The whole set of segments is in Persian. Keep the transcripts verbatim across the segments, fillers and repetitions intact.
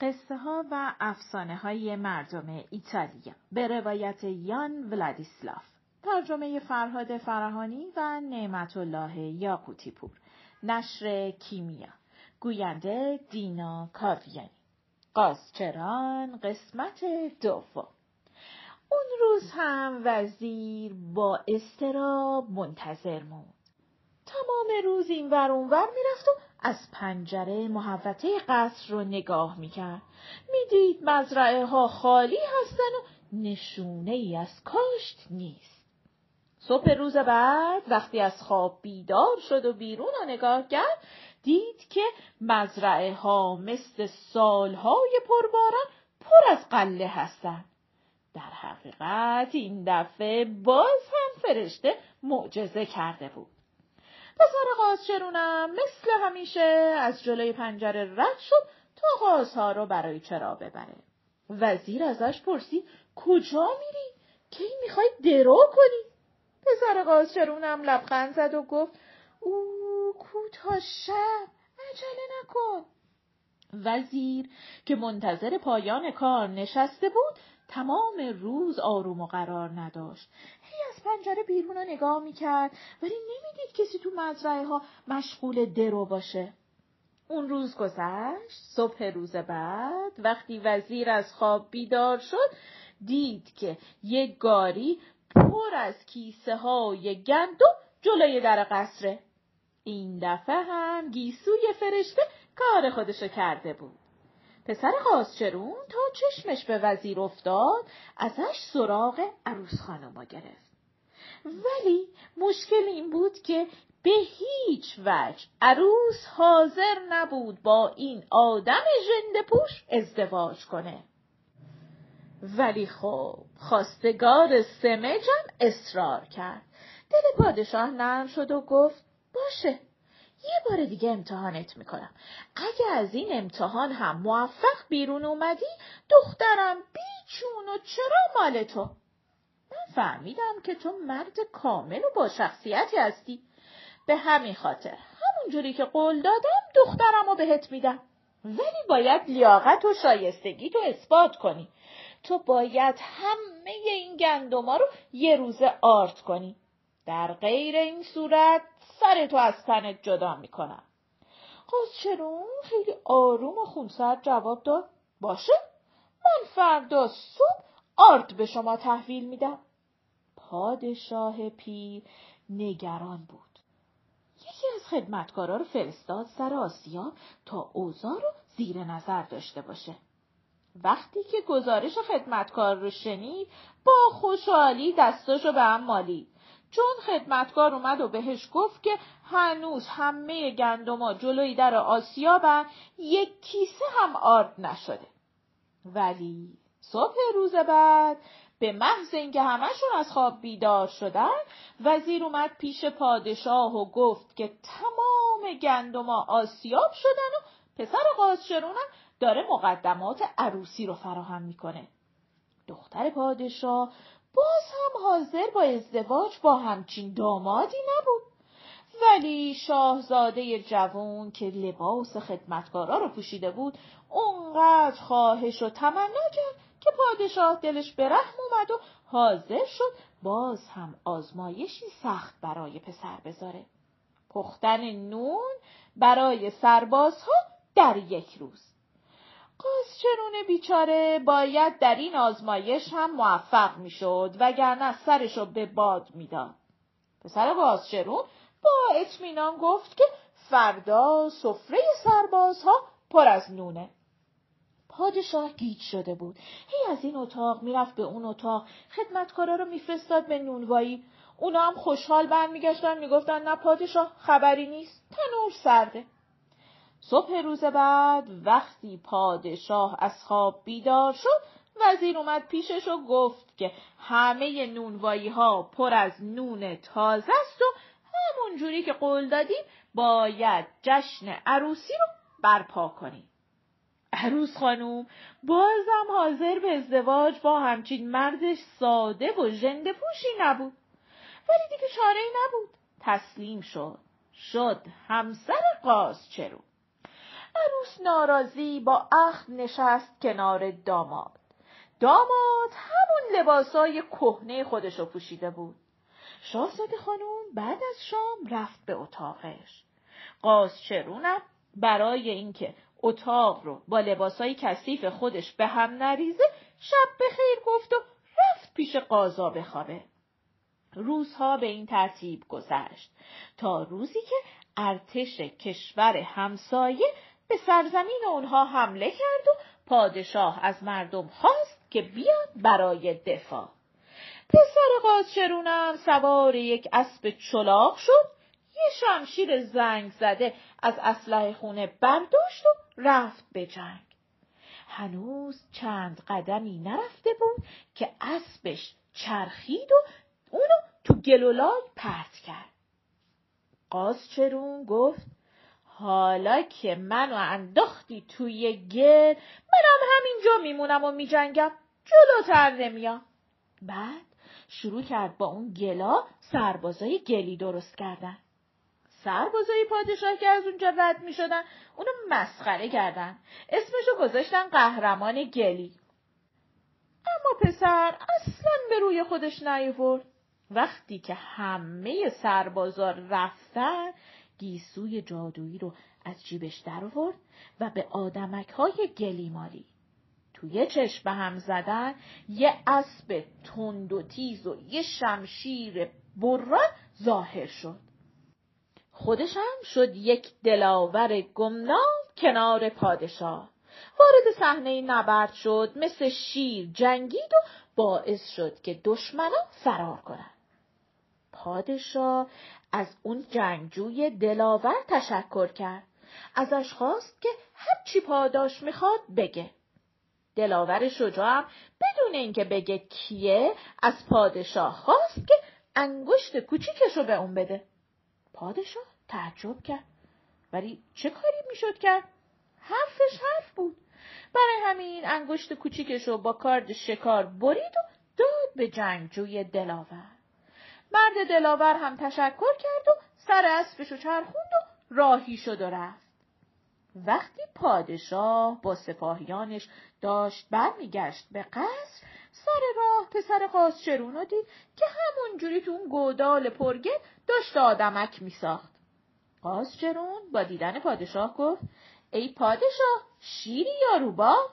قصه ها و افسانه های مردم ایتالیا به روایت یان ولادیسلاف، ترجمه فرهاد فرهانی و نعمت الله یاقوتی پور، نشر کیمیا، گوینده دینا کاویانی. قازچران قسمت دوم. اون روز هم وزیر با اضطراب منتظر موند. تمام روز این ور اون ور میرفت و از پنجره محوطه قصر رو نگاه میکرد. میدید مزرعه ها خالی هستن و نشونه ای از کاشت نیست. صبح روز بعد وقتی از خواب بیدار شد و بیرون رو نگاه کرد، دید که مزرعه ها مثل سالهای پرباران پر از غله هستن. در حقیقت این دفعه باز هم فرشته معجزه کرده بود. پسر قازچرونم مثل همیشه از جلوی پنجره رد شد تا قازها رو برای چرا ببره. وزیر ازش پرسید کجا میری؟ کی میخوای درو کنی؟ پسر قازچرونم لبخند زد و گفت او کوتاه شب، عجله نکن. وزیر که منتظر پایان کار نشسته بود تمام روز آروم و قرار نداشت. هی از پنجره بیرون رو نگاه میکرد ولی نمیدید کسی تو مزرعه ها مشغول درو باشه. اون روز گذشت. صبح روز بعد وقتی وزیر از خواب بیدار شد دید که یک گاری پر از کیسه های گندم جلوی در قصره. این دفعه هم گیسوی فرشته کار خودشو کرده بود. پسر قازچرون تا چشمش به وزیر افتاد ازش سراغ عروس خانوما گرفت. ولی مشکل این بود که به هیچ وجه عروس حاضر نبود با این آدم ژنده پوش ازدواج کنه. ولی خب خواستگار سمجم اصرار کرد. دل پادشاه نرم شد و گفت باشه، یه بار دیگه امتحانت میکنم. اگه از این امتحان هم موفق بیرون اومدی دخترم بیچون و چرا مال تو. من فهمیدم که تو مرد کامل و با شخصیتی هستی. به همین خاطر همونجوری که قول دادم دخترم رو بهت میدم. ولی باید لیاقت و شایستگی تو اثبات کنی. تو باید همه این گندما رو یه روزه آرد کنی. در غیر این صورت سر تو از تنت جدا میکنم. قازچرون خیلی آروم و خونسرد جواب داد باشه، من فردا صبح آرد به شما تحویل میدم. پادشاه پیر نگران بود. یکی از خدمتکارا رو فرستاد سر آسیا تا اوضاع رو زیر نظر داشته باشه. وقتی که گزارش خدمتکار رو شنید با خوشحالی دستاشو به هم مالید. چون خدمتکار اومد و بهش گفت که هنوز همه گندما جلوی در آسیابن، یک کیسه هم آرد نشده. ولی صبح روز بعد به محض اینکه همشون از خواب بیدار شدن وزیر اومد پیش پادشاه و گفت که تمام گندما آسیاب شدن و پسر قازچرونم داره مقدمات عروسی رو فراهم میکنه. دختر پادشاه باز هم حاضر با ازدواج با همچین دامادی نبود. ولی شاهزاده جوان که لباس خدمتکارا رو پوشیده بود اونقدر خواهش و تمنا کرد که پادشاه دلش به رحم اومد و حاضر شد باز هم آزمایشی سخت برای پسر بذاره. پختن نون برای سربازها در یک روز. قازچرون بیچاره باید در این آزمایش هم موفق میشد وگرنه سرشو به باد میداد. پسر قازچرون با اطمینان گفت که فردا سفره سربازها پر از نونه. پادشاه گیج شده بود. هی از این اتاق میرفت به اون اتاق، خدمتکارا رو میفرستاد به نونوایی. اونا هم خوشحال برمیگشتن میگفتن نه پادشاه خبری نیست، تنور سرده. صبح روز بعد وقتی پادشاه از خواب بیدار شد وزیر اومد پیشش و گفت که همه نونوایی ها پر از نون تازه است و همون جوری که قول دادیم باید جشن عروسی رو برپا کنیم. عروس خانوم بازم حاضر به ازدواج با همچین مرد ساده و ژنده پوشی نبود. ولی دیگه چاره‌ای نبود. تسلیم شد. شد همسر قازچرون. عروس ناراضی با اخم نشست کنار داماد. داماد همون لباسای کهنه خودشو پوشیده بود. شاهزاده خانوم بعد از شام رفت به اتاقش. قازچرونم برای اینکه اتاق رو با لباسای کثیف خودش به هم نریزه شب بخیر گفت و رفت پیش قاضا بخوابه. روزها به این ترتیب گذشت تا روزی که ارتش کشور همسایه به سرزمین اونها حمله کرد و پادشاه از مردم خواست که بیان برای دفاع. پسر قازچرونم سوار یک اسب چلاق شد، یه شمشیر زنگ زده از اسلحه خونه برداشت و رفت به جنگ. هنوز چند قدمی نرفته بود که اسبش چرخید و اونو تو گلولای پرت کرد. قازچرون گفت حالا که منو انداختی توی گل، منم همینجا میمونم و میجنگم، جلوتر نمیام. بعد شروع کرد با اون گلا سربازای گلی درست کردن. سربازای پادشاه که از اونجا رد میشدن اونو مسخره کردن، اسمشو گذاشتن قهرمان گلی. اما پسر اصلاً به روی خودش نیاورد. وقتی که همه سربازا رفتن، گیسوی جادویی رو از جیبش در آورد و به آدمک‌های گلی مالید. توی چشم هم زدن یه اسب تند و تیز و یه شمشیر بران ظاهر شد. خودش هم شد یک دلاور گمنام کنار پادشاه. وارد صحنه نبرد شد، مثل شیر جنگید و باعث شد که دشمنان فرار کنند. پادشاه از اون جنگجوی دلاور تشکر کرد. ازش خواست که هرچی پاداش میخواد بگه. دلاور شجاعم بدون اینکه بگه کیه از پادشاه خواست که انگشت کوچیکشو به اون بده. پادشاه تعجب کرد، ولی چه کاری میشد کرد؟ حرفش حرف بود. برای همین انگشت کوچیکشو با کارد شکار برید و داد به جنگجوی دلاور. مرد دلاور هم تشکر کرد و سر اسبشو چرخوند و راهی شد و رفت. وقتی پادشاه با سپاهیانش داشت برمیگشت به قصر، سر راه پسر قازچرون رو دید که همونجوری تو اون گودال پرگل داشت آدمک میساخت. قازچرون با دیدن پادشاه گفت ای پادشاه، شیری یا روباه؟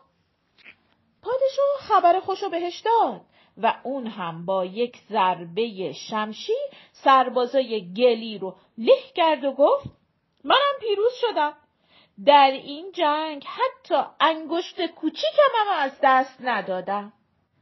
پادشاه خبر خوشو بهش داد و اون هم با یک ضربه شمشیر سربازای گلی رو له کرد و گفت منم پیروز شدم. در این جنگ حتی انگشت کوچیکم هم از دست ندادم.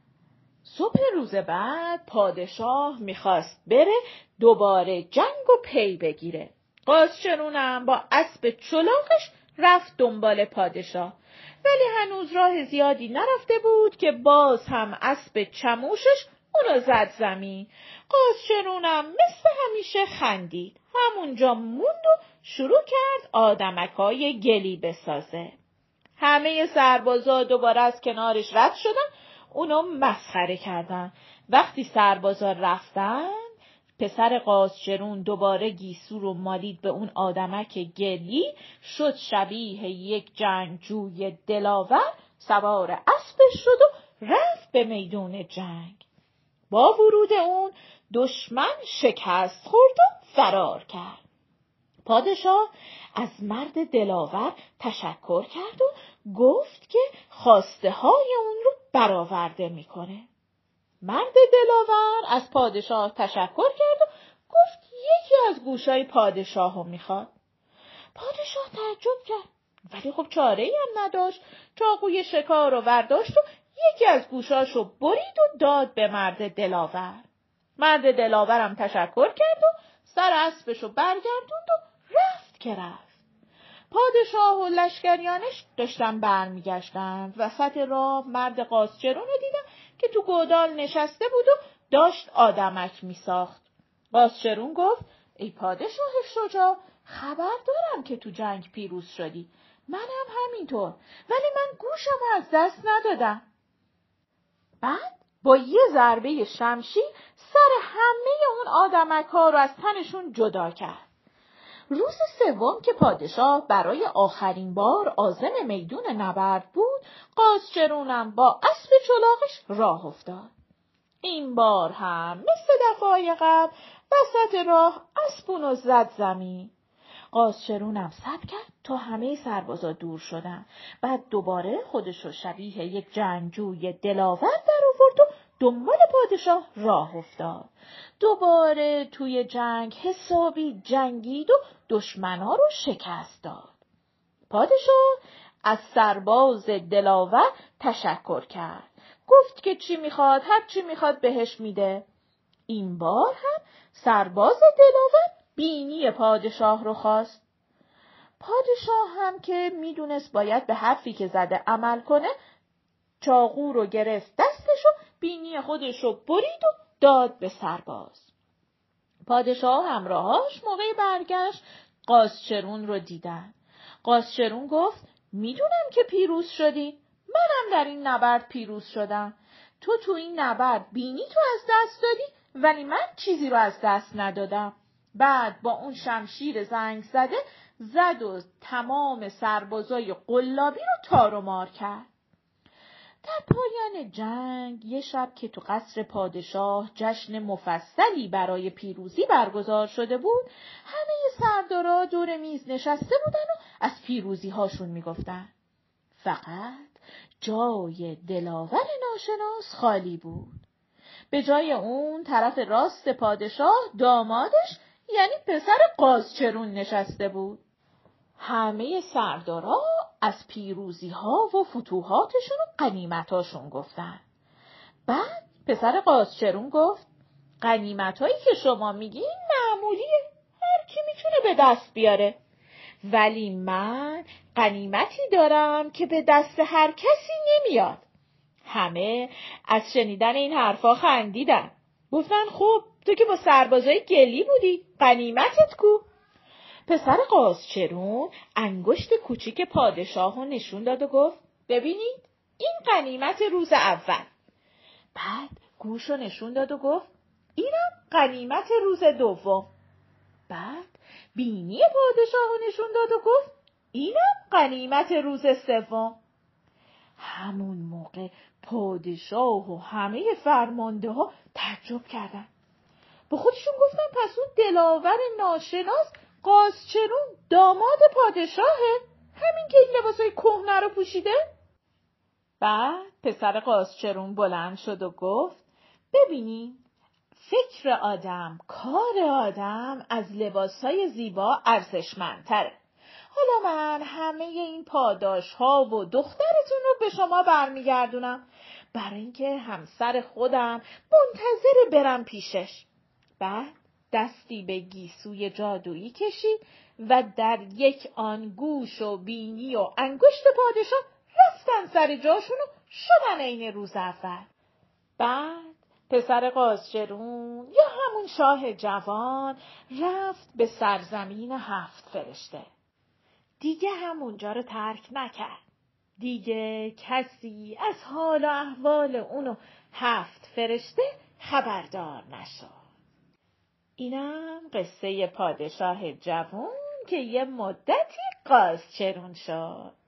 صبح روز بعد پادشاه میخواست بره دوباره جنگ و پی بگیره. قازچرونم با اسب چلاقش رفت دنبال پادشاه، ولی هنوز راه زیادی نرفته بود که باز هم اسب چموشش اونو زد زمین. قازچرونم مثل همیشه خندید، همونجا موند و شروع کرد آدمکای گلی بسازه. همه سربازا دوباره از کنارش رد شدن، اونو مسخره کردن. وقتی سربازا رفتن، پسر قازچرون دوباره گیسو رو مالید به اون آدمک گلی، شد شبیه یک جنگجوی دلاور، سوار اسبش شد و رفت به میدون جنگ. با ورود اون دشمن شکست خورد و فرار کرد. پادشاه از مرد دلاور تشکر کرد و گفت که خواسته های اون رو برآورده میکنه. مرد دلاور از پادشاه تشکر کرد و گفت یکی از گوشای پادشاه رو میخواد. پادشاه تعجب کرد، ولی خب چاره ای هم نداشت. چاقوی شکار رو برداشت و یکی از گوشاشو برید و داد به مرد دلاور. مرد دلاور هم تشکر کرد و سر اسبشو برگردوند و رفت که رفت. پادشاه و لشکریانش داشتن برمیگشتند. وسط راه مرد قازچرون رو دیدن که تو گودال نشسته بود و داشت آدمک میساخت. قازچرون گفت ای پادشاه شجاع، خبر دارم که تو جنگ پیروز شدی. منم همینطور، ولی من گوشم از دست ندادم. بعد با یه ضربه شمشیر سر همه اون آدمک ها رو از تنشون جدا کرد. روز سوم که پادشاه برای آخرین بار عازم میدون نبرد بود، قاسچرونم با اسب چلاقش راه افتاد. این بار هم مثل دفعه‌های قبل وسط راه اسبونو زد زمین. قاسچرونم صبر کرد تا همه سربازا دور شدن. بعد دوباره خودشو شبیه یک جنگجوی دلاور در آورد و دنبال پادشاه راه افتاد. دوباره توی جنگ حسابی جنگید و دشمنا رو شکست داد. پادشاه از سرباز دلاور تشکر کرد. گفت که چی میخواد، هر چی میخواد بهش میده. این بار هم سرباز دلاور بینی پادشاه رو خواست. پادشاه هم که میدونست باید به حرفی که زده عمل کنه، چاقو رو گرفت دستش و بینی خودش رو برید و داد به سرباز. پادشاه همراهاش موقع برگشت قاسچرون رو دیدن. قاسچرون گفت میدونم که پیروز شدی. منم در این نبرد پیروز شدم. تو تو این نبرد بینی تو از دست دادی، ولی من چیزی رو از دست ندادم. بعد با اون شمشیر زنگ زده زد و تمام سربازای قلابی رو تار و مار کرد. در پایان جنگ یه شب که تو قصر پادشاه جشن مفصلی برای پیروزی برگزار شده بود، همه سردارا دور میز نشسته بودن و از پیروزی هاشون میگفتن. فقط جای دلاور ناشناس خالی بود. به جای اون طرف راست پادشاه دامادش یعنی پسر قاسچرون نشسته بود. همه سردارا از پیروزی ها و فتوحاتشون و غنیمتاشون گفتن. بعد پسر قاسچرون گفت غنیمتایی که شما میگین معمولیه، هر کی میتونه به دست بیاره. ولی من غنیمتی دارم که به دست هر کسی نمیاد. همه از شنیدن این حرفا خندیدن. گفتن خب تو که با سربازای گلی بودی، غنیمتت کو؟ پسر قاسچرون انگشت کوچیک پادشاهو نشون داد و گفت ببینید این غنیمت روز اول. بعد گوشو نشون داد و گفت اینم غنیمت روز دوم. بعد بینی پادشاهو نشون داد و گفت اینم غنیمت روز سوم. همون موقع پادشاه و همه فرمانده ها تعجب کردن. با خودشون گفتن پس اون دلاور ناشناس قاسچرون داماد پادشاهه، همین که این لباسای کهنه رو پوشیده؟ بعد پسر قاسچرون بلند شد و گفت ببینین فکر آدم، کار آدم از لباسای زیبا ارزشمندتره. حالا من همه این پاداش ها و دخترتون رو به شما برمیگردونم برای اینکه همسر خودم منتظر برم پیشش. بعد دستی به گیسوی جادویی کشید و در یک آن گوش و بینی و انگشت پادشاه رفتن سر جاشون و شدن عین روز اول. بعد پسر قاسچرون یا همون شاه جوان رفت به سرزمین هفت فرشته. دیگه همونجا رو ترک نکرد. دیگه کسی از حال و احوال اونو هفت فرشته خبردار نشد. اینم قصه پادشاه جوان که یه مدتی قاسچرون شد.